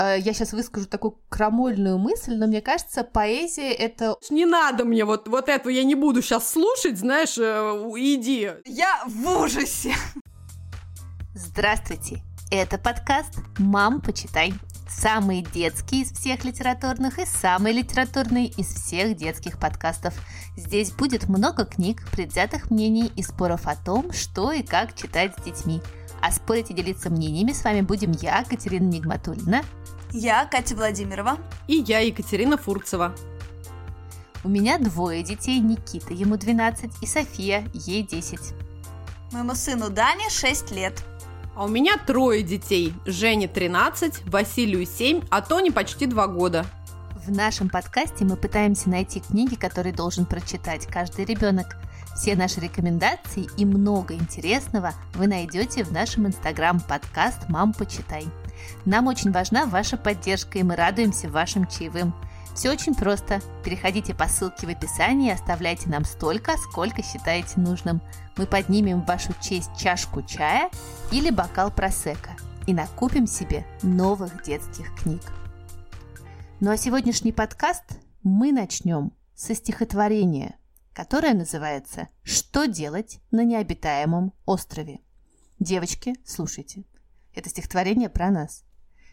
я сейчас выскажу такую крамольную мысль, но мне кажется, поэзия — это... Не надо мне вот эту, я не буду сейчас слушать, знаешь, иди. Я в ужасе. Здравствуйте, это подкаст «Мам, почитай». Самый детский из всех литературных и самый литературный из всех детских подкастов. Здесь будет много книг, предвзятых мнений и споров о том, что и как читать с детьми. А спорить и делиться мнениями с вами будем я, Катерина Нигматуллина. Я, Катя Владимирова. И я, Екатерина Фурцева. У меня 2 детей, Никита, ему 12, и София, ей 10. Моему сыну Дане 6 лет. А у меня 3 детей. Жене 13, Василию 7, а Тоне почти 2 года. В нашем подкасте мы пытаемся найти книги, которые должен прочитать каждый ребенок. Все наши рекомендации и много интересного вы найдете в нашем инстаграм-подкаст «Мам, почитай». Нам очень важна ваша поддержка, и мы радуемся вашим чаевым. Все очень просто. Переходите по ссылке в описании и оставляйте нам столько, сколько считаете нужным. Мы поднимем в вашу честь чашку чая или бокал просекко и накупим себе новых детских книг. Ну а сегодняшний подкаст мы начнем со стихотворения, которое называется «Что делать на необитаемом острове?». Девочки, слушайте. Это стихотворение про нас.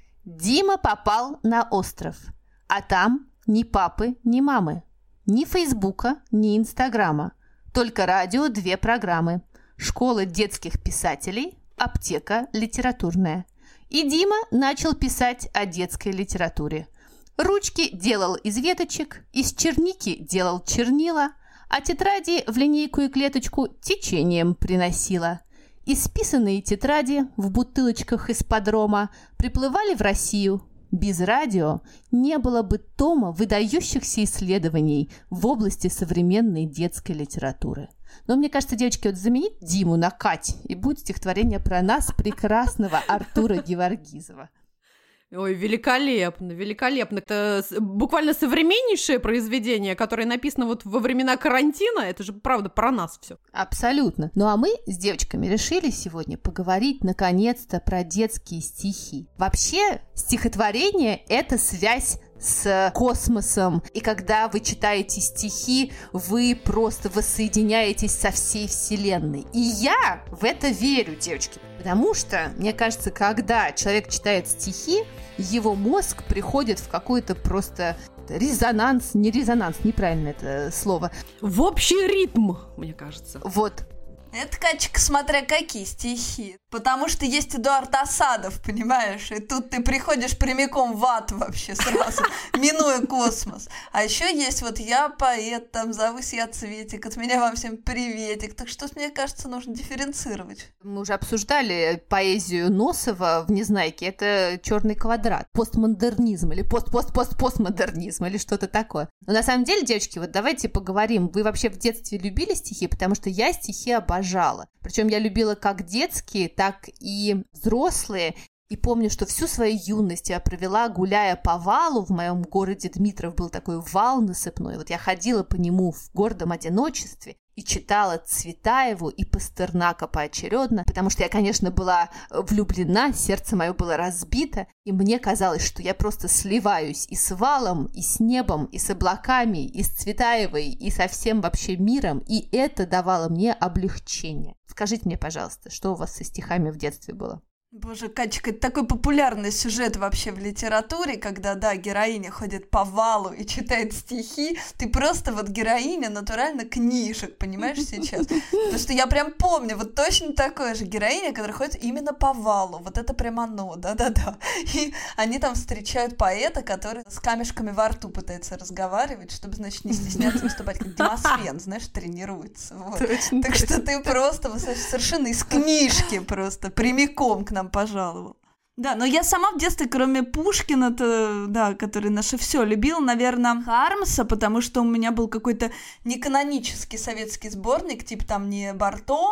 Дима попал на остров, а там ни папы, ни мамы, ни Фейсбука, ни Инстаграма, только радио, 2 программы, школа детских писателей, аптека литературная. И Дима начал писать о детской литературе. Ручки делал из веточек, из черники делал чернила, а тетради в линейку и клеточку течением приносила. Исписанные тетради в бутылочках из-под рома приплывали в Россию. Без радио не было бы тома выдающихся исследований в области современной детской литературы. Но мне кажется, девочки, вот заменить Диму на Кать, и будет стихотворение про нас прекрасного Артура Геворгизова. Ой, великолепно, великолепно. Это буквально современнейшее произведение, которое написано вот во времена карантина. Это же, правда, про нас все. Абсолютно. Ну а мы с девочками решили сегодня поговорить, наконец-то, про детские стихи. Вообще, стихотворение — это связь с космосом. И когда вы читаете стихи, вы просто воссоединяетесь со всей вселенной. И я в это верю, девочки. Потому что, мне кажется, когда человек читает стихи, его мозг приходит в какой-то просто резонанс, не резонанс, неправильно это слово. В общий ритм, мне кажется. Вот. Это, Катечка, смотря какие стихи. Потому что есть Эдуард Асадов, понимаешь? И тут ты приходишь прямиком в ад вообще сразу, минуя космос. А еще есть вот «Я поэт», там «Зовусь я Цветик», от меня вам всем приветик. Так что, мне кажется, нужно дифференцировать. Мы уже обсуждали поэзию Носова в «Незнайке». Это «Черный квадрат», постмодернизм или постмодернизм или что-то такое. Но на самом деле, девочки, вот давайте поговорим. Вы вообще в детстве любили стихи? Потому что я стихи обожала. Причем я любила как детские, так и взрослые. И помню, что всю свою юность я провела, гуляя по валу. В моем городе Дмитров был такой вал насыпной. Вот я ходила по нему в гордом одиночестве и читала Цветаеву и Пастернака поочередно, потому что я, конечно, была влюблена, сердце мое было разбито, и мне казалось, что я просто сливаюсь и с валом, и с небом, и с облаками, и с Цветаевой, и со всем вообще миром, и это давало мне облегчение. Скажите мне, пожалуйста, что у вас со стихами в детстве было? Боже, Катечка, это такой популярный сюжет вообще в литературе, когда, да, героиня ходит по валу и читает стихи, ты просто вот героиня натурально книжек, понимаешь, сейчас? Потому что я прям помню, вот точно такое же героиня, которая ходит именно по валу, вот это прям оно, да-да-да. И они там встречают поэта, который с камешками во рту пытается разговаривать, чтобы, значит, не стесняться выступать, как Демосфен, знаешь, тренируется. Вот. Так что ты просто вот, совершенно из книжки просто прямиком к нам пожаловал. Да, но я сама в детстве, кроме Пушкина-то, да, который наше все, любила, наверное, Хармса, потому что у меня был какой-то неканонический советский сборник, типа там не Барто,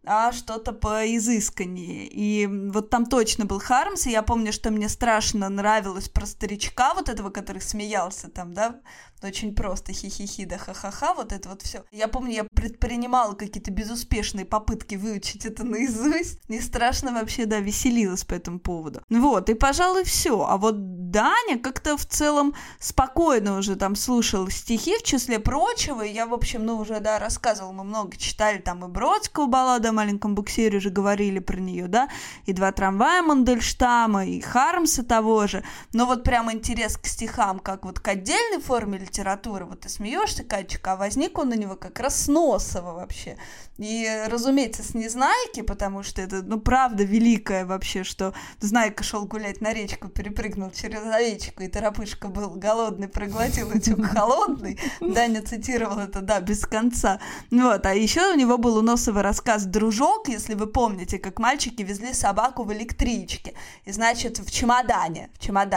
а что-то поизысканнее. И вот там точно был Хармс, и я помню, что мне страшно нравилось про старичка вот этого, который смеялся там, да, очень просто хи-хи-хи, да ха-ха-ха, вот это вот все. Я помню, я предпринимала какие-то безуспешные попытки выучить это наизусть, и страшно вообще, да, веселилась по этому поводу. Вот, и, пожалуй, все. А вот Даня как-то в целом спокойно уже там слушал стихи, в числе прочего, и я, в общем, ну, уже, да, рассказывала, мы много читали, там и Бродского баллада о маленьком буксире уже говорили про нее, да, и «Два трамвая» Мандельштама, и Хармса того же, но вот прям интерес к стихам, как вот к отдельной форме литературы, вот ты смеешься, Катчик, а возник он у него как раз с Носова вообще. И, разумеется, с Незнайки, потому что это, ну, правда великое вообще, что Знайка шел гулять на речку, перепрыгнул через овечку, и Торопышка был голодный, проглотил утюг холодный. Даня цитировал это, да, без конца. Вот, а еще у него был у Носова рассказ «Дружок», если вы помните, как мальчики везли собаку в электричке, и, значит, в чемодане.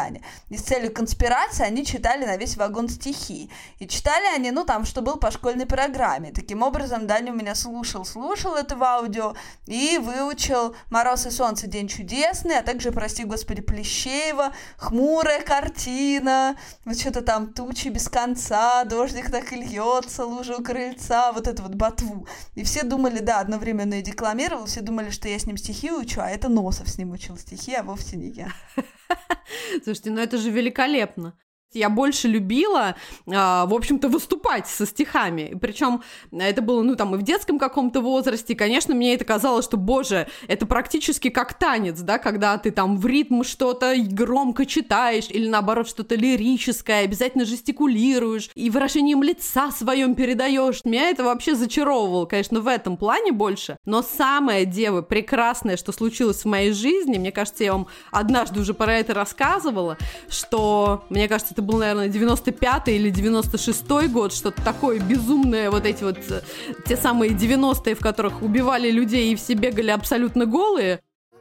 И с целью конспирации они читали на весь вагон стихи. И читали они, ну, там, что был по школьной программе. Таким образом, Даня у меня слушал это в аудио и выучил «Мороз и солнце, день чудесный», а также, прости господи, Плещеева, «Хмурая картина», вот что-то там «Тучи без конца», «Дождик так и льется», «Лужа у крыльца», вот это вот ботву. И все думали, да, одновременно и декламировал, все думали, что я с ним стихи учу, а это Носов с ним учил стихи, а вовсе не я. Слушайте, ну это же великолепно. Я больше любила, в общем-то, выступать со стихами. Причем это было, ну, там, и в детском каком-то возрасте. И, конечно, мне это казалось, что, боже, это практически как танец, да, когда ты там в ритм что-то громко читаешь или, наоборот, что-то лирическое, обязательно жестикулируешь и выражением лица своем передаешь. Меня это вообще зачаровывало, конечно, в этом плане больше. Но самое, девы, прекрасное, что случилось в моей жизни, мне кажется, я вам однажды уже про это рассказывала, что, мне кажется, это был, наверное, 95-й или 96-й год, что-то такое безумное, вот эти вот те самые 90-е, в которых убивали людей и все бегали абсолютно голые.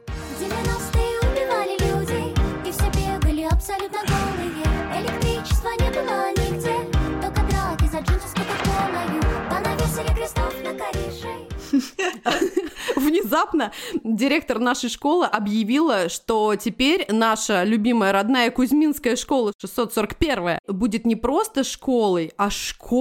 90-е убивали людей, и все бегали абсолютно голые. Электричества не было нигде, только драки за джинсы с кока-колою, понавесили крестов на корешей. Внезапно директор нашей школы объявила, что теперь наша любимая родная Кузьминская школа 641 будет не просто школой, а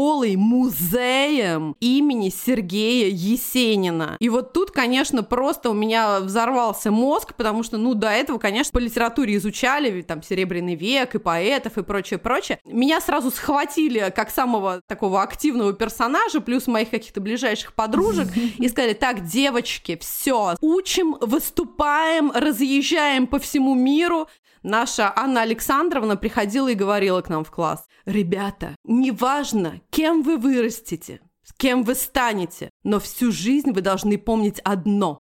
школой-музеем имени Сергея Есенина. И вот тут, конечно, просто у меня взорвался мозг, потому что, ну, до этого, конечно, по литературе изучали, там, Серебряный век и поэтов и прочее. Меня сразу схватили как самого такого активного персонажа, плюс моих каких-то ближайших подружек, и сказали: так, девочки, все, учим, выступаем, разъезжаем по всему миру. Наша Анна Александровна приходила и говорила к нам в класс: ребята, неважно, кем вы вырастете, кем вы станете, но всю жизнь вы должны помнить одно: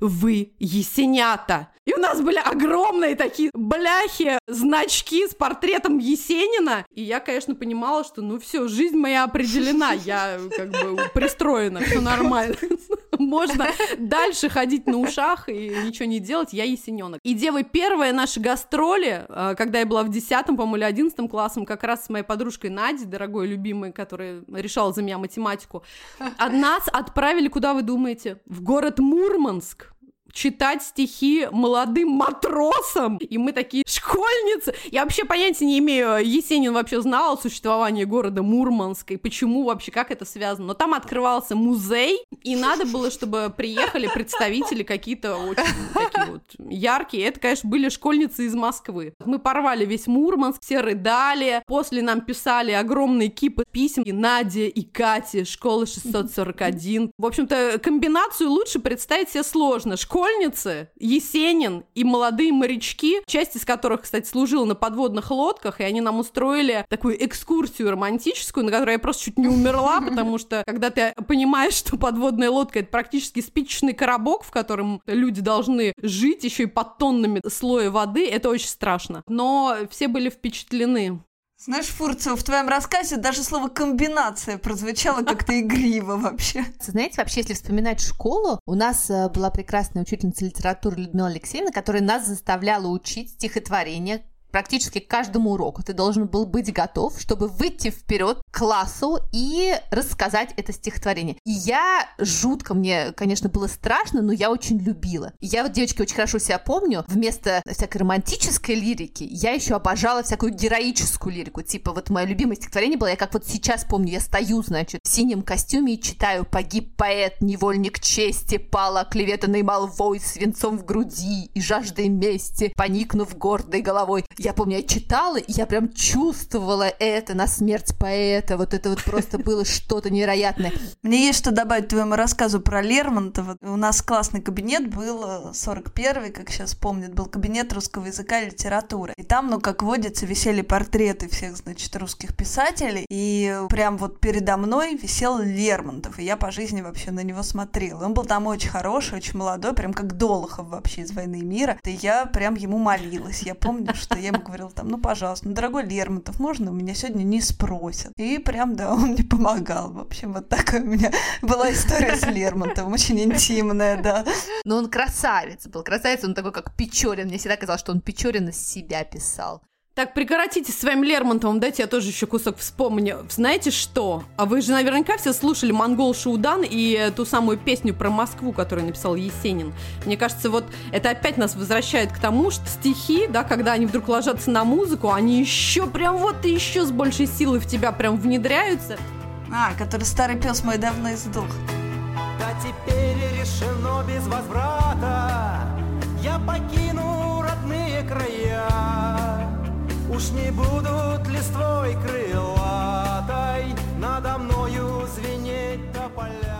вы есенята. И у нас были огромные такие бляхи, значки с портретом Есенина. И я, конечно, понимала, что, ну все, жизнь моя определена, я как бы пристроена, все нормально. Можно дальше ходить на ушах и ничего не делать, я есенёнок. И, девы, первые наши гастроли, когда я была в 10-м, по-моему, или 11-м классом, как раз с моей подружкой Надей, дорогой, любимой, которая решала за меня математику, нас отправили, куда вы думаете? В город Мурманск. Читать стихи молодым матросам. И мы такие школьницы. Я вообще понятия не имею, Есенин вообще знал о существовании города Мурманск и почему вообще, как это связано. Но там открывался музей, и надо было, чтобы приехали представители какие-то очень такие вот яркие. Это, конечно, были школьницы из Москвы. Мы порвали весь Мурманск, все рыдали. После нам писали огромные кипы писем. И Надя, и Катя, школа 641. В общем-то, комбинацию лучше представить себе сложно. Школьницы, Есенин и молодые морячки, часть из которых, кстати, служила на подводных лодках, и они нам устроили такую экскурсию романтическую, на которой я просто чуть не умерла, потому что, когда ты понимаешь, что подводная лодка — это практически спичечный коробок, в котором люди должны жить еще и под тоннами слоя воды, это очень страшно. Но все были впечатлены. Знаешь, Фурцева, в твоем рассказе даже слово «комбинация» прозвучало как-то игриво вообще. Знаете, вообще, если вспоминать школу, у нас была прекрасная учительница литературы Людмила Алексеевна, которая нас заставляла учить стихотворение практически к каждому уроку ты должен был быть готов, чтобы выйти вперед к классу и рассказать это стихотворение. И я жутко, мне, конечно, было страшно, но я очень любила. И я вот, девочки, очень хорошо себя помню, вместо всякой романтической лирики я еще обожала всякую героическую лирику. Типа вот мое любимое стихотворение было, я как вот сейчас помню, я стою, значит, в синем костюме и читаю: «Погиб поэт, невольник чести, пал оклеветанный молвой, свинцом в груди и жаждой мести, поникнув гордой головой». Я помню, я читала, и я прям чувствовала это на смерть поэта. Вот это вот просто было что-то невероятное. Мне есть что добавить к твоему рассказу про Лермонтова. У нас классный кабинет был, 41-й, как сейчас помнят, был кабинет русского языка и литературы. И там, ну, как водится, висели портреты всех, значит, русских писателей. И прям вот передо мной висел Лермонтов. И я по жизни вообще на него смотрела. Он был там очень хороший, очень молодой, прям как Долохов вообще из «Войны и мира». И я прям ему молилась. Я помню, что я ему говорила там: ну, пожалуйста, ну, дорогой Лермонтов, можно у меня сегодня не спросят? И прям, да, он мне помогал. В общем, вот такая у меня была история с Лермонтовым, очень интимная, да. Но он красавец был, он такой, как Печорин. Мне всегда казалось, что он Печорин из себя писал. Так, прекратите с своим Лермонтовым, дайте я тоже еще кусок вспомню. Знаете что? А вы же наверняка все слушали «Монгол Шуудан» и ту самую песню про Москву, которую написал Есенин. Мне кажется, вот это опять нас возвращает к тому, что стихи, да, когда они вдруг ложатся на музыку, они еще прям вот и еще с большей силой в тебя прям внедряются. Который «Старый пес мой давно издох». Да теперь решено без возврата, я покину родные края. Уж не будут листвой крылатой надо мною звенеть тополя.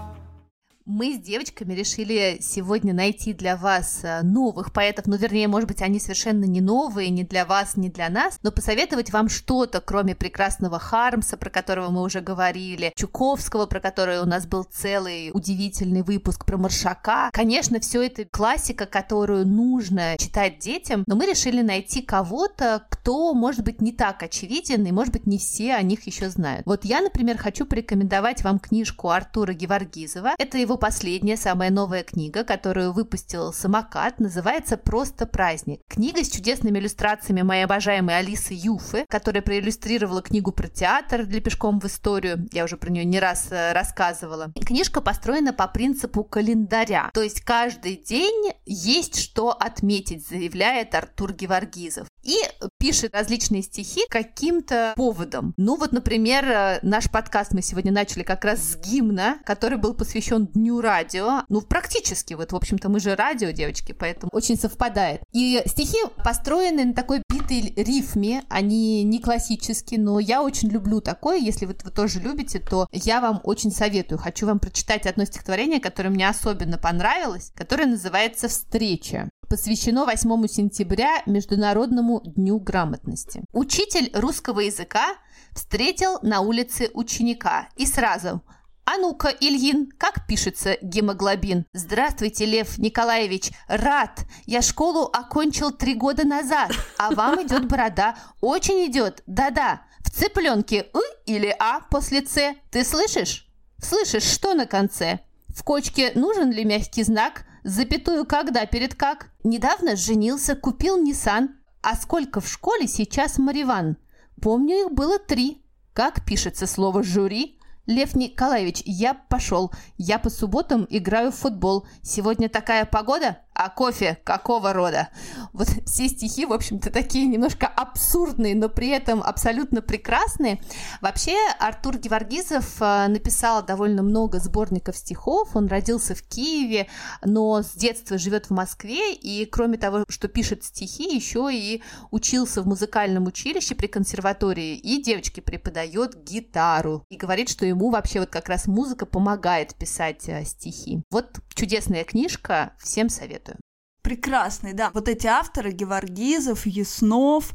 Мы с девочками решили сегодня найти для вас новых поэтов, ну, вернее, может быть, они совершенно не новые, ни для вас, ни для нас, но посоветовать вам что-то, кроме прекрасного Хармса, про которого мы уже говорили, Чуковского, про который у нас был целый удивительный выпуск, про Маршака. Конечно, все это классика, которую нужно читать детям, но мы решили найти кого-то, кто, может быть, не так очевиден, и, может быть, не все о них еще знают. Вот я, например, хочу порекомендовать вам книжку Артура Геворгизова. Это его последняя, самая новая книга, которую выпустил «Самокат», называется «Просто праздник». Книга с чудесными иллюстрациями моей обожаемой Алисы Юфы, которая проиллюстрировала книгу про театр для «Пешком в историю». Я уже про нее не раз рассказывала. Книжка построена по принципу календаря, то есть каждый день есть что отметить, заявляет Артур Геворгизов. И пишет различные стихи каким-то поводом. Ну вот, например, наш подкаст мы сегодня начали как раз с гимна, который был посвящен Дню радио. Ну, практически, вот, в общем-то, мы же радио, девочки, поэтому очень совпадает. И стихи построены на такой битой рифме, они не классические, но я очень люблю такое. Если вы тоже любите, то я вам очень советую. Хочу вам прочитать одно стихотворение, которое мне особенно понравилось, которое называется «Встреча». Посвящено 8 сентября Международному дню грамотности. Учитель русского языка встретил на улице ученика и сразу: «А ну-ка, Ильин, как пишется гемоглобин?» «Здравствуйте, Лев Николаевич, рад. Я школу окончил 3 года назад, а вам идет борода. Очень идет, да-да. В цыпленке «ы» или «а» после «ц». Ты слышишь? Слышишь, что на конце? В кочке нужен ли мягкий знак? Запятую когда перед как? Недавно женился, купил Ниссан. А сколько в школе сейчас Мариван? Помню, их было 3. Как пишется слово «жюри»? Лев Николаевич, я пошел. Я по субботам играю в футбол. Сегодня такая погода, а кофе какого рода? Вот все стихи, в общем-то, такие немножко абсурдные, но при этом абсолютно прекрасные. Вообще, Артур Геворгизов написал довольно много сборников стихов. Он родился в Киеве, но с детства живет в Москве. И кроме того, что пишет стихи, еще и учился в музыкальном училище при консерватории. И девочке преподает гитару. И говорит, что ему вообще вот как раз музыка помогает писать стихи. Вот чудесная книжка, всем советую. Прекрасный, да. Вот эти авторы: Геворгизов, Яснов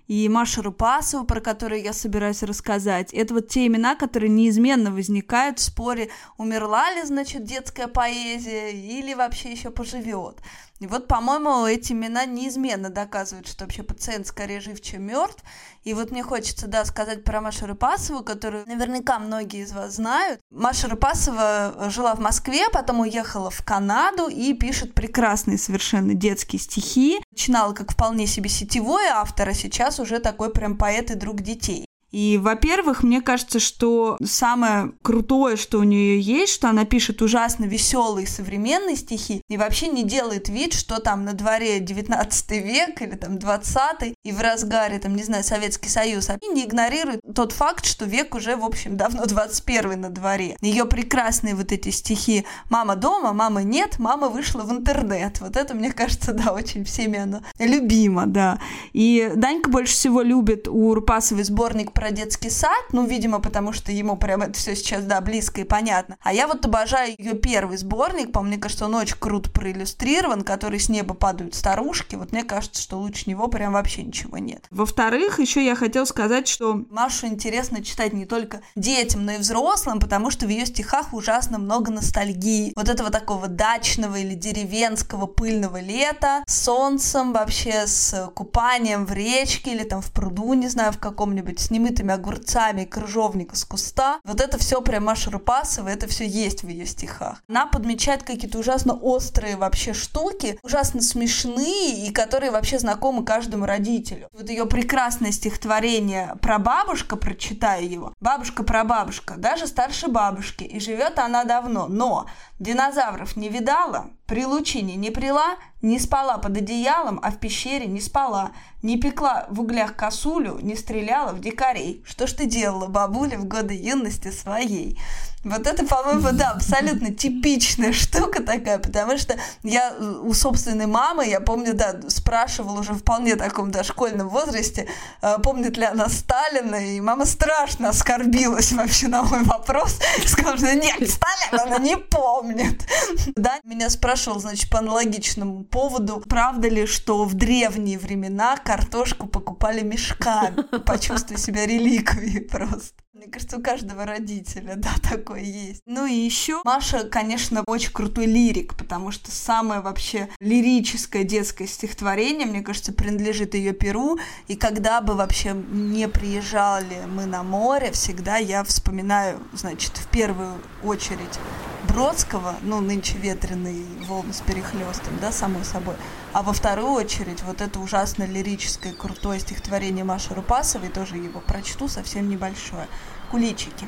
и Маша Рупасова, про которую я собираюсь рассказать. Это вот те имена, которые неизменно возникают в споре, умерла ли, значит, детская поэзия или вообще еще поживет. И вот, по-моему, эти имена неизменно доказывают, что вообще пациент скорее жив, чем мертв. И вот мне хочется, да, сказать про Машу Рупасову, которую наверняка многие из вас знают. Маша Рупасова жила в Москве, потом уехала в Канаду и пишет прекрасные совершенно детские стихи. Начинала как вполне себе сетевой автор, а сейчас уже такой прям поэт и друг детей. И, во-первых, мне кажется, что самое крутое, что у нее есть, что она пишет ужасно веселые современные стихи и вообще не делает вид, что там на дворе 19 век или там 20-й и в разгаре, там, не знаю, Советский Союз. И не игнорирует тот факт, что век уже, в общем, давно 21-й на дворе. Ее прекрасные вот эти стихи «Мама дома», «Мамы нет», «Мама вышла в интернет». Вот это, мне кажется, да, очень всеми она любима, да. И Данька больше всего любит у Рупасовой сборник про детский сад, ну, видимо, потому что ему прям это все сейчас, да, близко и понятно. А я вот обожаю ее первый сборник, по-моему, мне кажется, он очень круто проиллюстрирован, который «С неба падают старушки». Вот мне кажется, что лучше него прям вообще ничего нет. Во-вторых, еще я хотела сказать, что Машу интересно читать не только детям, но и взрослым, потому что в ее стихах ужасно много ностальгии. Вот этого такого дачного или деревенского пыльного лета с солнцем, вообще с купанием в речке или там в пруду, не знаю, в каком-нибудь, с немытыми огурцами и крыжовник из куста. Вот это все прям Маша Рупасова, это все есть в ее стихах. Она подмечает какие-то ужасно острые вообще штуки, ужасно смешные и которые вообще знакомы каждому родителю. Вот ее прекрасное стихотворение «Прабабушка», прочитаю его. Бабушка-прабабушка, даже старше бабушки, и живет она давно, но динозавров не видала, при лучине не прила, не спала под одеялом, а в пещере не спала, не пекла в углях косулю, не стреляла в дикарей. Что ж ты делала, бабуля, в годы юности своей? Вот это, по-моему, да, абсолютно типичная штука такая, потому что я у собственной мамы, я помню, да, спрашивала уже в вполне таком дошкольном возрасте, помнит ли она Сталина, и мама страшно оскорбилась вообще на мой вопрос, сказала, что нет, Сталина она не помнит. Да, меня спрашивал, значит, по аналогичному поводу, правда ли, что в древние времена картошку покупали мешками, почувствуй себя реликвией просто. Мне кажется, у каждого родителя, да, такое есть. Ну и еще Маша, конечно, очень крутой лирик, потому что самое вообще лирическое детское стихотворение, мне кажется, принадлежит ее перу. И когда бы вообще не приезжали мы на море, всегда я вспоминаю, значит, в первую очередь Бродского, ну, нынче ветреные волны с перехлёстом, да, само собой. А во вторую очередь вот это ужасно лирическое, крутое стихотворение Маши Рупасовой, тоже его прочту, совсем небольшое. «Куличики.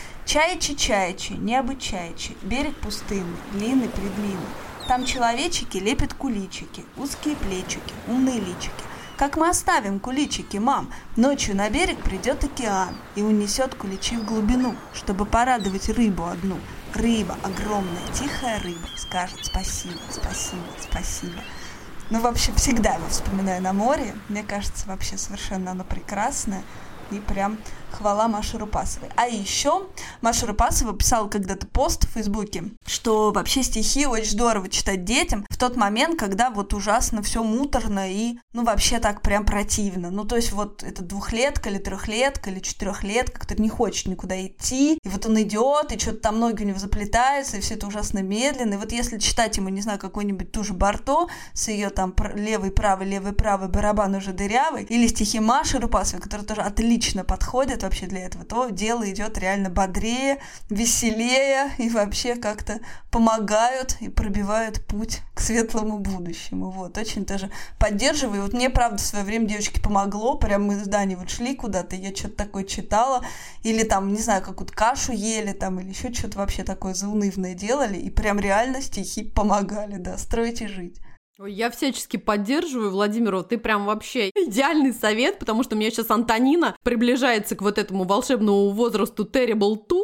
Чаячи, небо чаячи, берег пустынный, длинный-предлинный. Там человечики лепят куличики, узкие плечики, умные личики. Как мы оставим куличики, мам? Ночью на берег придет океан и унесет куличи в глубину, чтобы порадовать рыбу одну. Рыба огромная, тихая рыба, скажет спасибо, спасибо, спасибо». Ну, вообще, всегда его вспоминаю на море. Мне кажется, вообще совершенно оно прекрасное. И прям хвала Маше Рупасовой. А еще Маша Рупасова писала когда-то пост в Фейсбуке, что вообще стихи очень здорово читать детям в тот момент, когда вот ужасно все муторно и, ну, вообще так прям противно. Ну, то есть вот это 2-летка или 3-летка или 4-летка, который не хочет никуда идти, и вот он идет, и что-то там ноги у него заплетаются, и все это ужасно медленно. И вот если читать ему, не знаю, какой-нибудь ту же Барто с ее там левый, правый, барабан уже дырявый, или стихи Маши Рупасовой, которые тоже отлично подходят вообще для этого, то дело идет реально бодрее, веселее и вообще как-то помогают и пробивают путь к светлому будущему. Вот, очень тоже поддерживаю. Вот мне, правда, в свое время, девочки, помогло. Прям мы с Даней вот шли куда-то, я что-то такое читала, или там, не знаю, какую-то кашу ели, там, или еще что-то вообще такое заунывное делали, и прям реально стихи помогали, да, строить и жить. Ой, я всячески поддерживаю, Владимир, ты прям вообще идеальный совет, потому что у меня сейчас Антонина приближается к вот этому волшебному возрасту Terrible 2,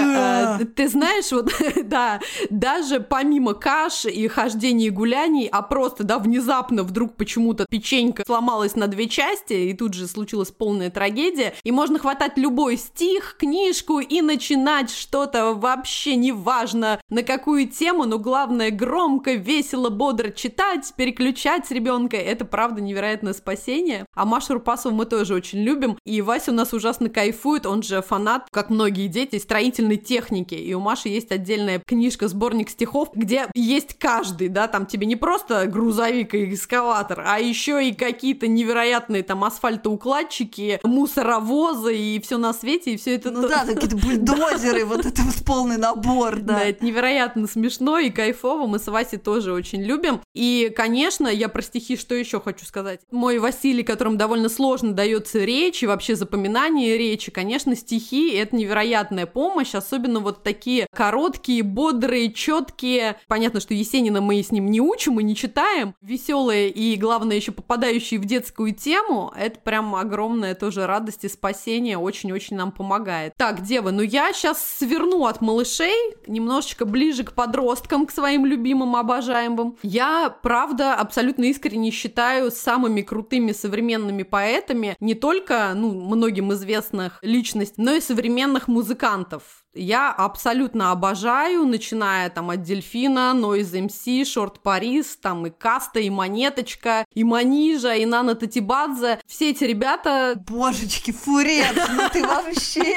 и ты знаешь, вот, да, даже помимо каш и хождений и гуляний, а просто, да, внезапно вдруг почему-то печенька сломалась на 2 части, и тут же случилась полная трагедия, и можно хватать любой стих, книжку и начинать что-то вообще неважно на какую тему, но главное громко, весело, бодро читать, переключать с ребенка. Это, правда, невероятное спасение. А Машу Рупасову мы тоже очень любим. И Вася у нас ужасно кайфует. Он же фанат, как многие дети, строительной техники. И у Маши есть отдельная книжка, сборник стихов, где есть каждый, да, там тебе не просто грузовик и экскаватор, а еще и какие-то невероятные там асфальтоукладчики, мусоровозы и все на свете, и все это... Ну да, какие-то бульдозеры, вот это вот полный набор, да. Да, это невероятно смешно и кайфово, мы с Васей тоже очень любим. И, конечно, я про стихи что еще хочу сказать? Мой Василий, которому довольно сложно дается речь и вообще запоминание речи, конечно, стихи — это невероятная помощь, особенно вот такие короткие, бодрые, четкие. Понятно, что Есенина мы с ним не учим и не читаем. Веселые и, главное, еще попадающие в детскую тему, это прям огромная тоже радость и спасение, очень-очень нам помогает. Так, девы, ну я сейчас сверну от малышей немножечко ближе к подросткам, к своим любимым, обожаемым. Я, правда, абсолютно искренне считаю самыми крутыми современными поэтами не только, многим известных личностей, но и современных музыкантов. Я абсолютно обожаю, начиная там от Дельфина, Noise MC, Шорт Парис, там и Каста, и Монеточка, и Манижа, и Нана Татибадзе. Все эти ребята... Божечки, Фурец, ну ты вообще...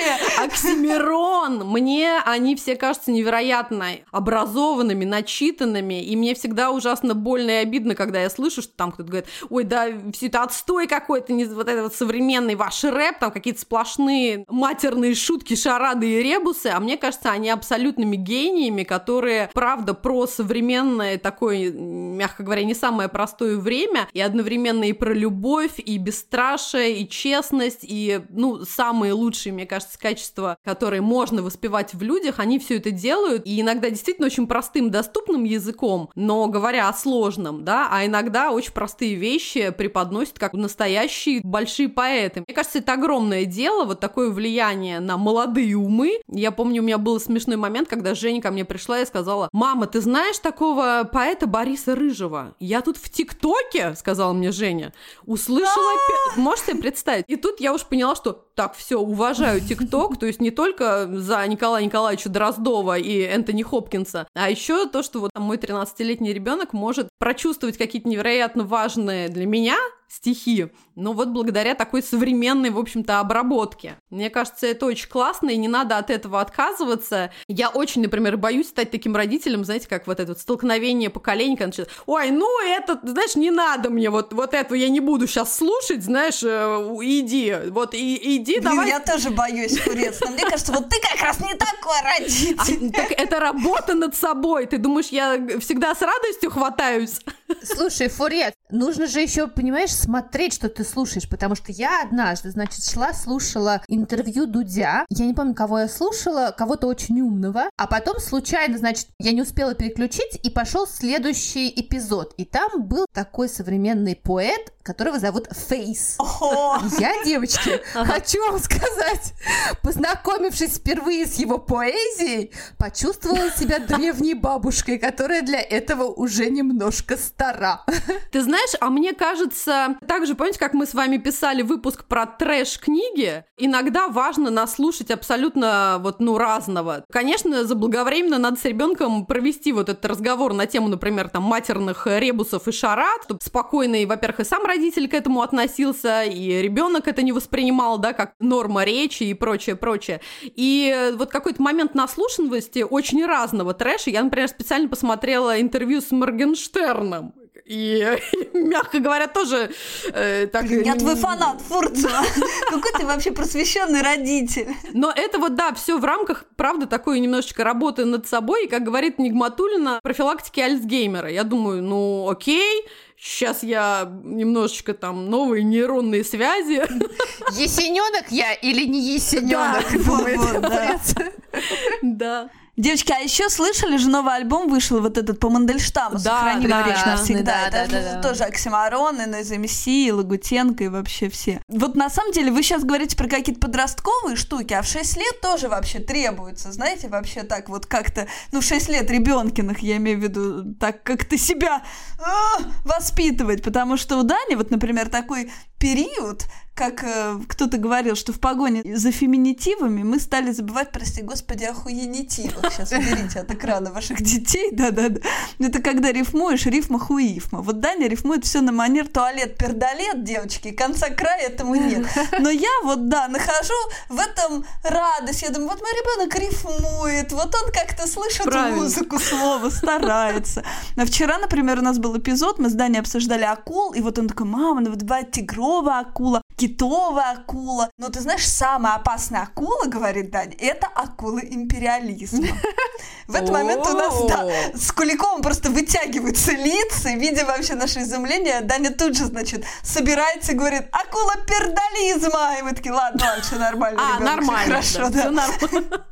Оксимирон! Мне они все кажутся невероятно образованными, начитанными, и мне всегда ужасно больно и обидно, когда я слышу, что там кто-то говорит: ой, да, все это отстой какой-то, не вот этот вот современный ваш рэп, там какие-то сплошные матерные шутки, шарады и ребусы. А мне кажется, они абсолютными гениями, которые, правда, про современное такое, мягко говоря, не самое простое время, и одновременно и про любовь, и бесстрашие, и честность, и, самые лучшие, мне кажется, качества, которые можно воспевать в людях, они все это делают, и иногда действительно очень простым, доступным языком, но говоря о сложном, да, а иногда очень простые вещи преподносят как настоящие большие поэты. Мне кажется, это огромное дело, вот такое влияние на молодые умы. Я помню, у меня был смешной момент, когда Женя ко мне пришла и сказала: мама, ты знаешь такого поэта Бориса Рыжего? Я тут в ТикТоке, сказала мне Женя, услышала... Можете себе представить? И тут я уж поняла, что так, все, уважаю ТикТок, то есть не только за Николая Николаевича Дроздова и Энтони Хопкинса, а еще то, что вот мой 13-летний ребенок может прочувствовать какие-то невероятно важные для меня стихи, но вот благодаря такой современной, в общем-то, обработке. Мне кажется, это очень классно, и не надо от этого отказываться. Я очень, например, боюсь стать таким родителем, знаете, как вот это вот столкновение поколений, когда начинают: ой, это, знаешь, не надо мне, вот эту я не буду сейчас слушать, знаешь, иди, давай. Я тоже боюсь, Фурец, но мне кажется, вот ты как раз не такой родитель. Так это работа над собой, ты думаешь, я всегда с радостью хватаюсь? Слушай, Фурец, нужно же еще, понимаешь, смотреть, что ты слушаешь, потому что я однажды, значит, слушала интервью Дудя, я не помню, кого я слушала, кого-то очень умного, а потом случайно, значит, я не успела переключить, и пошел следующий эпизод, и там был такой современный поэт, которого зовут Фейс. Я, девочки, хочу вам сказать, познакомившись впервые с его поэзией, почувствовала себя древней бабушкой, которая для этого уже немножко стара. Ты знаешь, а мне кажется, так же, помните, как мы с вами писали выпуск про трэш-книги, иногда важно наслушать абсолютно разного. Конечно, заблаговременно надо с ребенком провести вот этот разговор на тему, например, там, матерных ребусов и шарад, чтобы спокойно и, во-первых, и сам родитель к этому относился, и ребенок это не воспринимал, да, как норма речи и прочее. И вот какой-то момент наслушанности очень разного трэша. Я, например, специально посмотрела интервью с Моргенштерном. И, мягко говоря, тоже... Я твой фанат, Фурцева. Какой ты вообще просвещенный родитель. Но это все в рамках, правда, такой немножечко работы над собой. И, как говорит Нигматуллина, профилактики Альцгеймера. Я думаю, окей, сейчас я немножечко там новые нейронные связи. Есенёнок я или не есенёнок? Да. Девочки, а еще слышали же, новый альбом вышел, вот этот по Мандельштаму, «Сохрани мою речь навсегда». Это тоже Оксимирон, и Noise MC, и Лагутенко, и вообще все. Вот на самом деле вы сейчас говорите про какие-то подростковые штуки, а в 6 лет тоже вообще требуется, знаете, вообще так вот как-то, в 6 лет ребенкиных, я имею в виду, так как-то себя воспитывать, потому что у Дани, вот, например, такой период, как кто-то говорил, что в погоне за феминитивами мы стали забывать, прости господи, охуенитивах. Сейчас уберите от экрана ваших детей, да-да-да. Это когда рифмуешь, рифма хуифма. Вот Даня рифмует все на манер туалет-пердолет, девочки, конца края этому нет. Но я вот, да, нахожу в этом радость. Я думаю, вот мой ребенок рифмует, вот он как-то слышит музыку, слово, старается. А вчера, например, у нас был эпизод, мы с Даней обсуждали акул, и вот он такой: мама, ну вот бывает тигровая акула, китовая акула. Но ты знаешь, самая опасная акула, говорит Даня, это акулы империализма. В этот момент у нас, да, с Куликовым просто вытягиваются лица, и, видя вообще наше изумление, Даня тут же, значит, собирается и говорит: акула пердолизма! И мы такие: ладно, все нормально, ребенок, нормально, хорошо, да. Все нормально.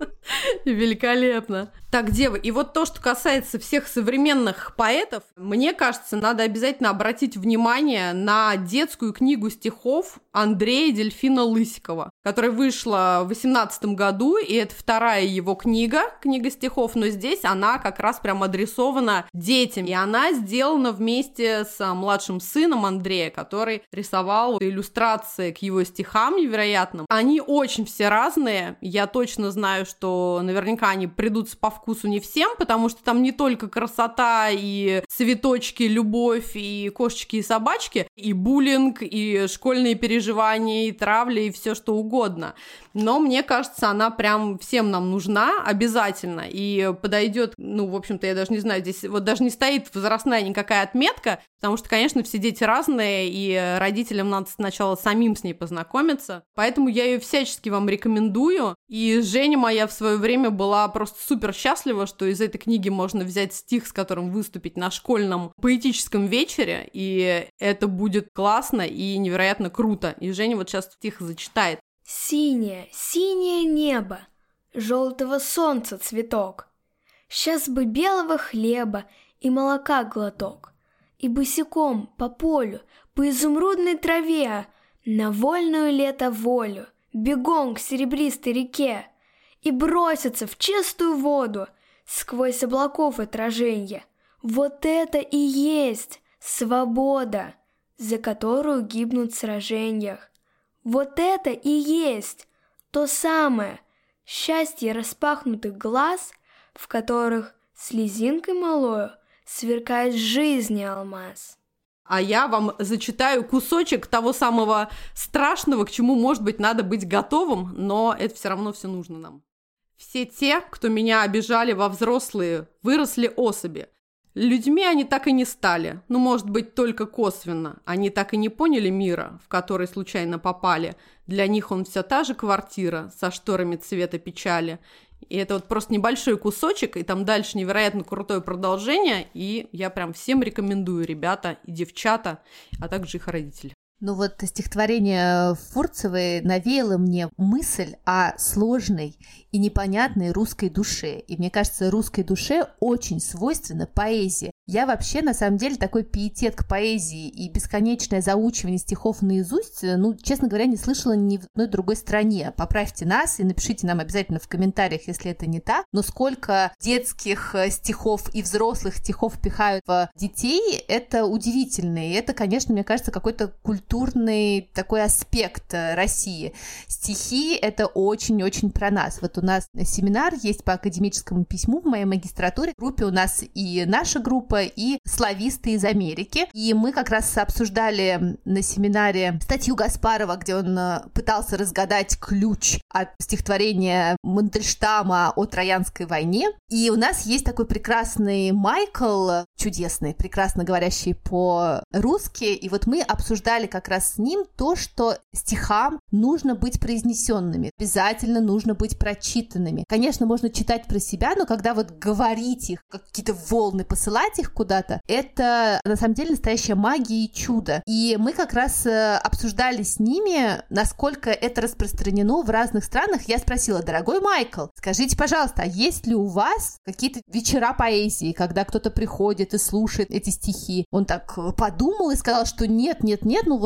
Великолепно. Так, девы, и вот то, что касается всех современных поэтов, мне кажется, надо обязательно обратить внимание на детскую книгу стихов Андрея Дельфина Лысикова, которая вышла в 2018 году, и это вторая его книга стихов, но здесь она как раз прям адресована детям, и она сделана вместе с младшим сыном Андрея, который рисовал иллюстрации к его стихам невероятным. Они очень все разные, я точно знаю, что наверняка они придутся по вкусу не всем, потому что там не только красота и цветочки, любовь, и кошечки, и собачки, и буллинг, и школьные переживания, и травля, и все что угодно. Но мне кажется, она прям всем нам нужна обязательно, и подойдет, ну, в общем-то, я даже не знаю, здесь вот даже не стоит возрастная никакая отметка, потому что, конечно, все дети разные, и родителям надо сначала самим с ней познакомиться, поэтому я ее всячески вам рекомендую, и Женя моя в свое время была просто супер счастлива, что из этой книги можно взять стих, с которым выступить на школьном поэтическом вечере, и это будет классно и невероятно круто, и Женя вот сейчас стих зачитает. Синее, синее небо, желтого солнца цветок, сейчас бы белого хлеба и молока глоток, и босиком по полю, по изумрудной траве, на вольную лето волю, бегом к серебристой реке, и броситься в чистую воду сквозь облаков отраженья. Вот это и есть свобода, за которую гибнут в сражениях. Вот это и есть то самое счастье распахнутых глаз, в которых слезинкой малою сверкает жизни алмаз. А я вам зачитаю кусочек того самого страшного, к чему, может быть, надо быть готовым, но это все равно все нужно нам. Все те, кто меня обижали во взрослые, выросли особи. Людьми они так и не стали, ну, может быть, только косвенно. Они так и не поняли мира, в который случайно попали. Для них он вся та же квартира со шторами цвета печали. И это вот просто небольшой кусочек, и там дальше невероятно крутое продолжение, и я прям всем рекомендую, ребята и девчата, а также их родители. Ну вот стихотворение Фурцевой навеяло мне мысль о сложной и непонятной русской душе. И мне кажется, русской душе очень свойственна поэзия. Я вообще, на самом деле, такой пиетет к поэзии и бесконечное заучивание стихов наизусть, ну, честно говоря, не слышала ни в одной другой стране. Поправьте нас и напишите нам обязательно в комментариях, если это не так. Но сколько детских стихов и взрослых стихов пихают в детей, это удивительно. И это, конечно, мне кажется, какой-то культурный такой аспект России. Стихи — это очень-очень про нас. Вот у нас семинар есть по академическому письму в моей магистратуре. В группе у нас и наша группа, и слависты из Америки. И мы как раз обсуждали на семинаре статью Гаспарова, где он пытался разгадать ключ от стихотворения Мандельштама о Троянской войне. И у нас есть такой прекрасный Майкл, чудесный, прекрасно говорящий по-русски. И вот мы обсуждали как раз с ним то, что стихам нужно быть произнесенными, обязательно нужно быть прочитанными. Конечно, можно читать про себя, но когда вот говорить их, какие-то волны посылать их куда-то, это на самом деле настоящая магия и чудо. И мы как раз обсуждали с ними, насколько это распространено в разных странах. Я спросила: дорогой Майкл, скажите, пожалуйста, а есть ли у вас какие-то вечера поэзии, когда кто-то приходит и слушает эти стихи? Он так подумал и сказал, что нет, ну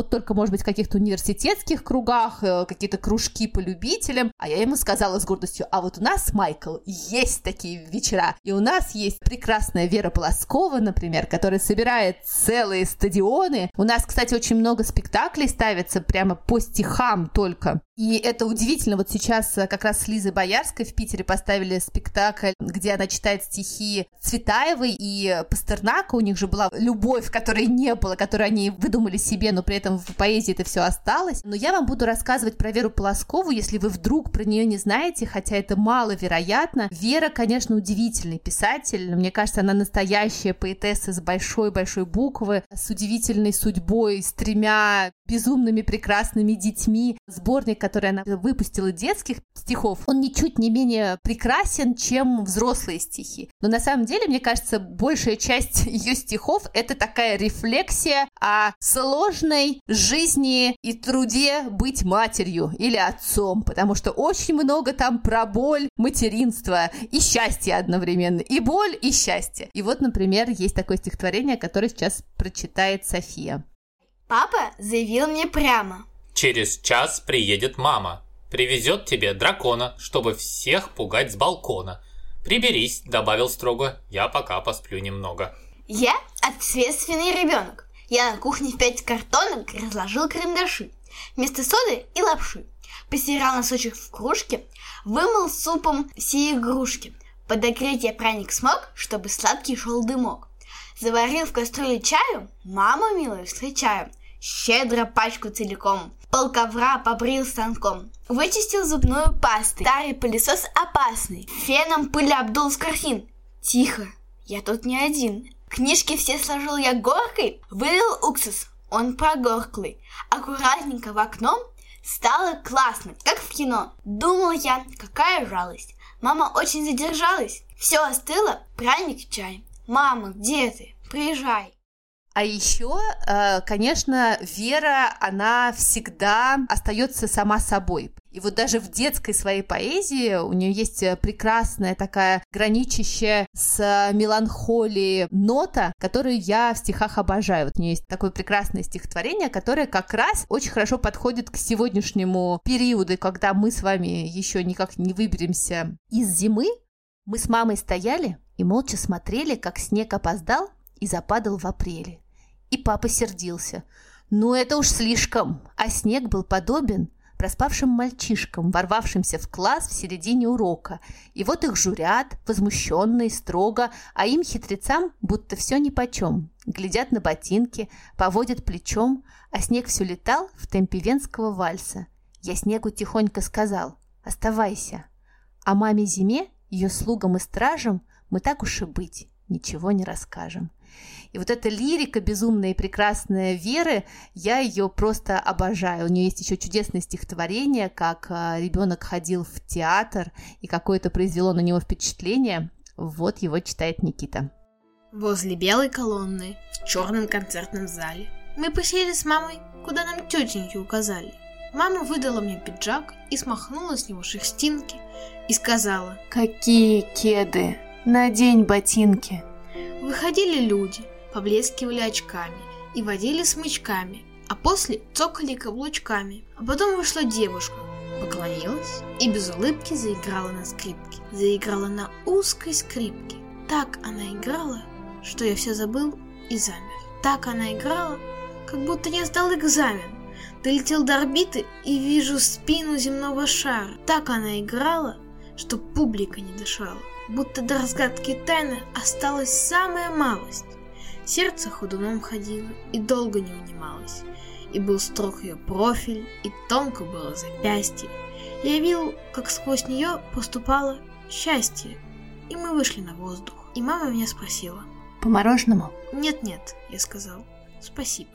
вот только, может быть, в каких-то университетских кругах, какие-то кружки по любителям. А я ему сказала с гордостью: а вот у нас, Майкл, есть такие вечера. И у нас есть прекрасная Вера Полоскова, например, которая собирает целые стадионы. У нас, кстати, очень много спектаклей ставится прямо по стихам только. И это удивительно. Вот сейчас как раз с Лизой Боярской в Питере поставили спектакль, где она читает стихи Цветаевой и Пастернака. У них же была любовь, которой не было, которую они выдумали себе, но при этом в поэзии это все осталось. Но я вам буду рассказывать про Веру Полоскову, если вы вдруг про нее не знаете, хотя это маловероятно. Вера, конечно, удивительный писатель. Мне кажется, она настоящая поэтесса с большой-большой буквы, с удивительной судьбой, с 3 безумными прекрасными детьми. Сборник, который она выпустила детских стихов, он ничуть не менее прекрасен, чем взрослые стихи. Но на самом деле, мне кажется, большая часть ее стихов — это такая рефлексия о сложной жизни и труде быть матерью или отцом, потому что очень много там про боль материнства и счастье одновременно, и боль, и счастье. И вот, например, есть такое стихотворение, которое сейчас прочитает София. Папа заявил мне прямо: через час приедет мама, привезет тебе дракона, чтобы всех пугать с балкона. Приберись, добавил строго, я пока посплю немного. Я ответственный ребенок. Я на кухне в 5 картонок разложил карандаши вместо соды и лапши. Постирал носочек в кружке, вымыл супом все игрушки. Подогреть я праник смог, чтобы сладкий шел дымок. Заварил в кастрюле чаю, маму милую встречаю. Щедро пачку целиком. Пол ковра побрил станком. Вычистил зубную пастой. Старый пылесос опасный. Феном пыль обдул с картин. Тихо, я тут не один. Книжки все сложил я горкой. Вылил уксус, он прогорклый. Аккуратненько в окно. Стало классно, как в кино. Думал я, какая жалость. Мама очень задержалась. Все остыло, праздник чай. Мама, где ты? Приезжай. А еще, конечно, Вера, она всегда остается сама собой. И вот даже в детской своей поэзии у нее есть прекрасная такая граничащая с меланхолией нота, которую я в стихах обожаю. Вот у нее есть такое прекрасное стихотворение, которое как раз очень хорошо подходит к сегодняшнему периоду, когда мы с вами еще никак не выберемся из зимы. Мы с мамой стояли и молча смотрели, как снег опоздал и западал в апреле. И папа сердился. Ну, это уж слишком. А снег был подобен проспавшим мальчишкам, ворвавшимся в класс в середине урока. И вот их журят, возмущенные, строго, а им, хитрецам, будто все нипочем. Глядят на ботинки, поводят плечом, а снег все летал в темпе венского вальса. Я снегу тихонько сказал: «Оставайся». А маме зиме, ее слугам и стражам, мы так уж и быть, ничего не расскажем. И вот эта лирика безумная и прекрасная Веры, я ее просто обожаю. У нее есть еще чудесное стихотворение, как ребенок ходил в театр, и какое-то произвело на него впечатление. Вот его читает Никита. Возле белой колонны, в черном концертном зале, мы посели с мамой, куда нам тетеньки указали. Мама выдала мне пиджак и смахнула с него шерстинки и сказала: «Какие кеды! Надень ботинки!» Выходили люди, поблескивали очками и водили смычками, а после цокали каблучками. А потом вышла девушка, поклонилась и без улыбки заиграла на скрипке. Заиграла на узкой скрипке. Так она играла, что я все забыл и замер. Так она играла, как будто я сдал экзамен. Долетел до орбиты и вижу спину земного шара. Так она играла, что публика не дышала. Будто до разгадки тайны осталась самая малость. Сердце ходуном ходило и долго не унималось. И был строг ее профиль, и тонко было запястье. Я видел, как сквозь нее поступало счастье. И мы вышли на воздух. И мама меня спросила: «По мороженому?» «Нет-нет», я сказал, «спасибо».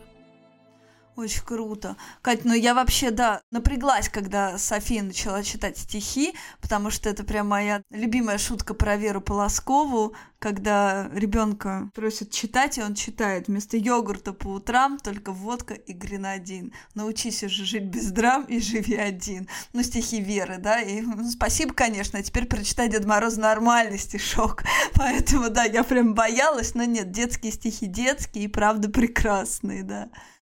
Очень круто. Кать, ну я вообще, да, напряглась, когда София начала читать стихи, потому что это прям моя любимая шутка про Веру Полоскову, когда ребенка просят читать, и он читает: вместо йогурта по утрам только водка и гренадин. Научись уже жить без драм и живи один. Ну, стихи Веры, да, и спасибо, конечно, а теперь прочитай Дед Мороз нормальный стишок. Поэтому, да, я прям боялась, но нет, детские стихи детские и правда прекрасные, да.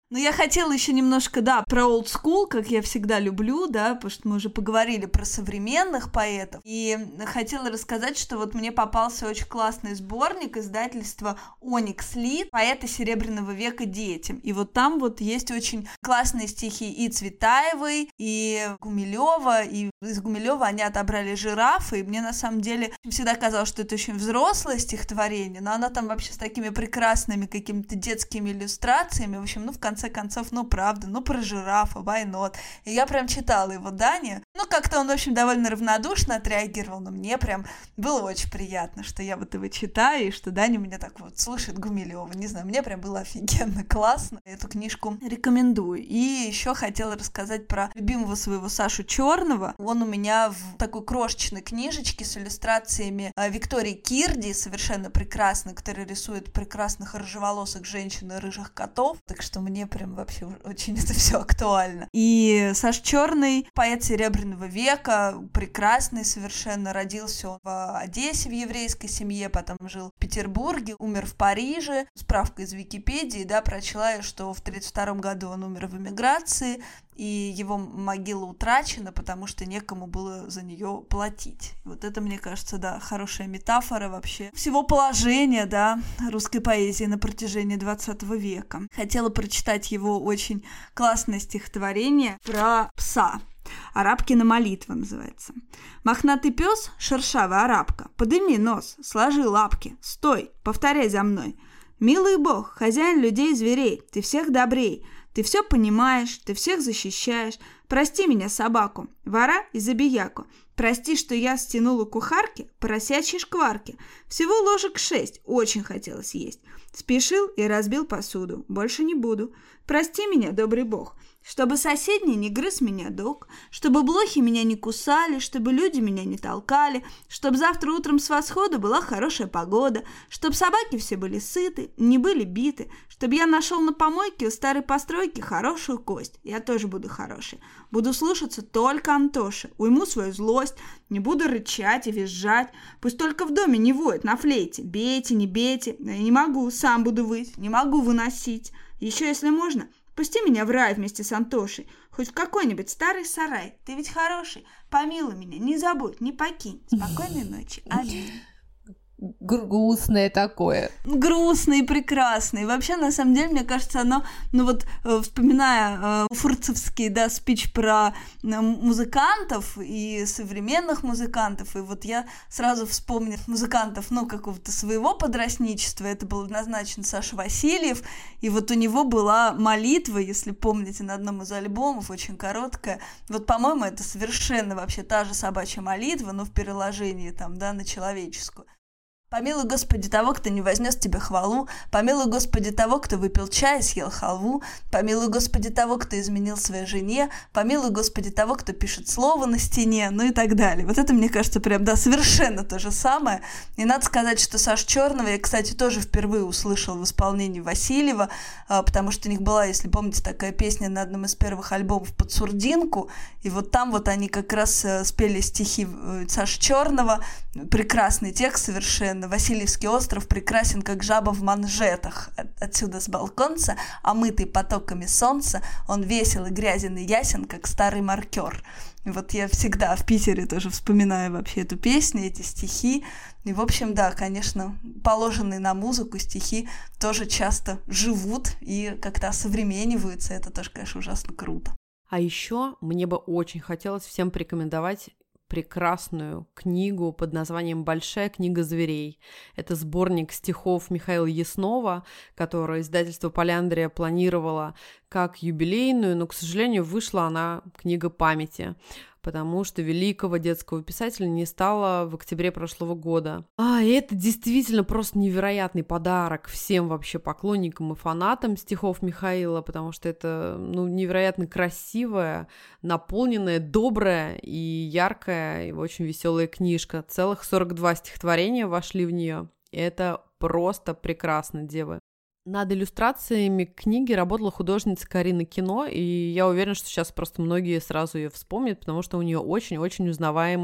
Ну, я хотела еще немножко, да, про old school, как я всегда люблю, да, потому что мы уже поговорили про современных поэтов, и хотела рассказать, что вот мне попался очень классный сборник издательства Onyx Lid «Поэты Серебряного века детям», и вот там вот есть очень классные стихи и Цветаевой, и Гумилева, и из Гумилева они отобрали «Жирафы», и мне на самом деле всегда казалось, что это очень взрослое стихотворение, но оно там вообще с такими прекрасными какими-то детскими иллюстрациями, в общем, ну, в конце концов, ну, правда, ну, про жирафа, why not? И я прям читала его Дане. Ну, как-то он, в общем, довольно равнодушно отреагировал, но мне прям было очень приятно, что я вот его читаю, и что Даня меня так вот слушает Гумилева. Не знаю, мне прям было офигенно классно. Эту книжку рекомендую. И еще хотела рассказать про любимого своего Сашу Черного. Он у меня в такой крошечной книжечке с иллюстрациями Виктории Кирди, совершенно прекрасной, которая рисует прекрасных рыжеволосых женщин и рыжих котов. Так что мне прям вообще очень это все актуально. И Саш Черный, поэт Серебряного века, прекрасный совершенно, родился он в Одессе в еврейской семье, потом жил в Петербурге, умер в Париже. Справка из Википедии, да, прочла я, что в 1932 году он умер в эмиграции, и его могила утрачена, потому что некому было за нее платить. Вот это, мне кажется, да, хорошая метафора вообще всего положения, да, русской поэзии на протяжении 20 века. Хотела прочитать его очень классное стихотворение про пса. «Арабкина молитва» называется. «Мохнатый пес, шершавая арабка, подыми нос, сложи лапки, стой, повторяй за мной. Милый Бог, хозяин людей и зверей, ты всех добрей, ты все понимаешь, ты всех защищаешь. Прости меня, собаку, вора и забияку. Прости, что я стянула кухарки поросячьи шкварки. Всего ложек 6, очень хотелось есть. Спешил и разбил посуду, больше не буду. Прости меня, добрый Бог, чтобы соседний не грыз меня дог, чтобы блохи меня не кусали, чтобы люди меня не толкали, чтобы завтра утром с восхода была хорошая погода, чтобы собаки все были сыты, не были биты, чтобы я нашел на помойке у старой постройки хорошую кость. Я тоже буду хороший. Буду слушаться только Антоши, уйму свою злость, не буду рычать и визжать. Пусть только в доме не воет на флейте. Бейте, не бейте, я не могу, сам буду выть, не могу выносить. Еще, если можно, пусти меня в рай вместе с Антошей, хоть в какой-нибудь старый сарай. Ты ведь хороший, помилуй меня, не забудь, не покинь. Спокойной ночи, аминь». Грустное такое. Грустный и прекрасный. Вообще, на самом деле, мне кажется, оно, ну вот, вспоминая фурцевский, да, спич про музыкантов и современных музыкантов, и вот я сразу вспомнила музыкантов, ну, какого-то своего подростничества, это был однозначно Саша Васильев, и вот у него была молитва, если помните, на одном из альбомов, очень короткая, вот, по-моему, это совершенно вообще та же собачья молитва, но в переложении там, да, на человеческую. «Помилуй, Господи, того, кто не вознес тебе хвалу, помилуй, Господи, того, кто выпил чай и съел халву, помилуй, Господи, того, кто изменил своей жене, помилуй, Господи, того, кто пишет слово на стене», ну и так далее. Вот это, мне кажется, прям, да, совершенно то же самое. И надо сказать, что Сашу Черного я, кстати, тоже впервые услышала в исполнении Васильева, потому что у них была, если помните, такая песня на одном из первых альбомов «Под сурдинку», и вот там вот они как раз спели стихи Саши Черного, прекрасный текст совершенно. «Васильевский остров прекрасен, как жаба в манжетах. Отсюда с балконца, омытый потоками солнца, он весел и грязен и ясен, как старый маркер». И вот я всегда в Питере тоже вспоминаю вообще эту песню, эти стихи. И, в общем, да, конечно, положенные на музыку стихи тоже часто живут и как-то осовремениваются. Это тоже, конечно, ужасно круто. А еще мне бы очень хотелось всем порекомендовать прекрасную книгу под названием «Большая книга зверей». Это сборник стихов Михаила Яснова, который издательство «Поляндрия» планировало как юбилейную, но, к сожалению, вышла она книга памяти, потому что великого детского писателя не стало в октябре прошлого года. И это действительно просто невероятный подарок всем вообще поклонникам и фанатам стихов Михаила, потому что это, ну, невероятно красивая, наполненная, добрая и яркая, и очень веселая книжка. Целых 42 стихотворения вошли в нее. Это просто прекрасно, девы. Над иллюстрациями книги работала художница Карина Кино, и я уверена, что сейчас просто многие сразу ее вспомнят, потому что у нее очень-очень узнаваемые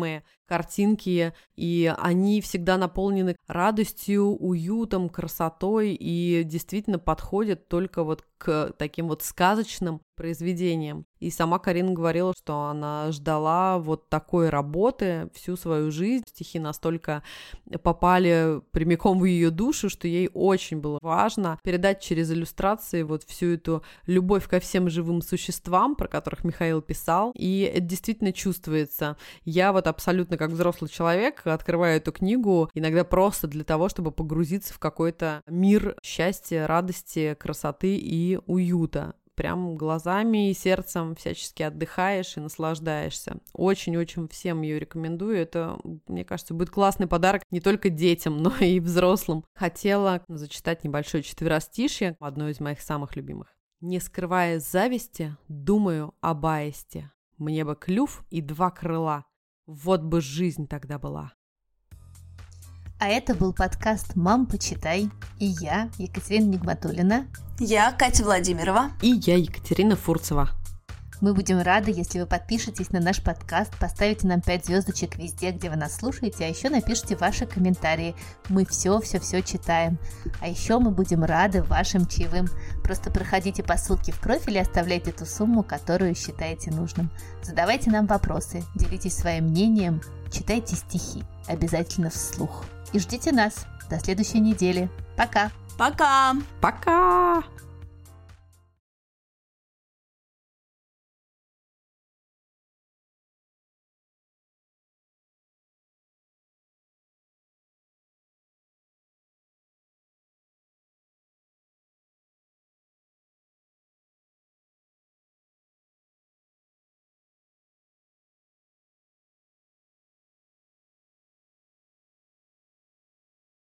картинки, и они всегда наполнены радостью, уютом, красотой и действительно подходят только вот к таким вот сказочным произведениям. И сама Карина говорила, что она ждала вот такой работы всю свою жизнь. Стихи настолько попали прямиком в ее душу, что ей очень было важно передать через иллюстрации вот всю эту любовь ко всем живым существам, про которых Михаил писал. И это действительно чувствуется. Я вот абсолютно как взрослый человек открываю эту книгу иногда просто для того, чтобы погрузиться в какой-то мир счастья, радости, красоты и уюта. Прям глазами и сердцем всячески отдыхаешь и наслаждаешься. Очень-очень всем ее рекомендую. Это, мне кажется, будет классный подарок не только детям, но и взрослым. Хотела зачитать небольшое четверостишье, одно из моих самых любимых. «Не скрывая зависти, думаю об аисте. Мне бы клюв и 2 крыла. Вот бы жизнь тогда была». А это был подкаст «Мам, почитай». И я, Екатерина Нигматуллина. Я Катя Владимирова. И я, Екатерина Фурцева. Мы будем рады, если вы подпишетесь на наш подкаст, поставите нам 5 звездочек везде, где вы нас слушаете, а еще напишите ваши комментарии. Мы все читаем. А еще мы будем рады вашим чаевым. Просто проходите по ссылке в профиле и оставляйте ту сумму, которую считаете нужным. Задавайте нам вопросы, делитесь своим мнением, читайте стихи. Обязательно вслух. И ждите нас. До следующей недели. Пока! Пока! Пока!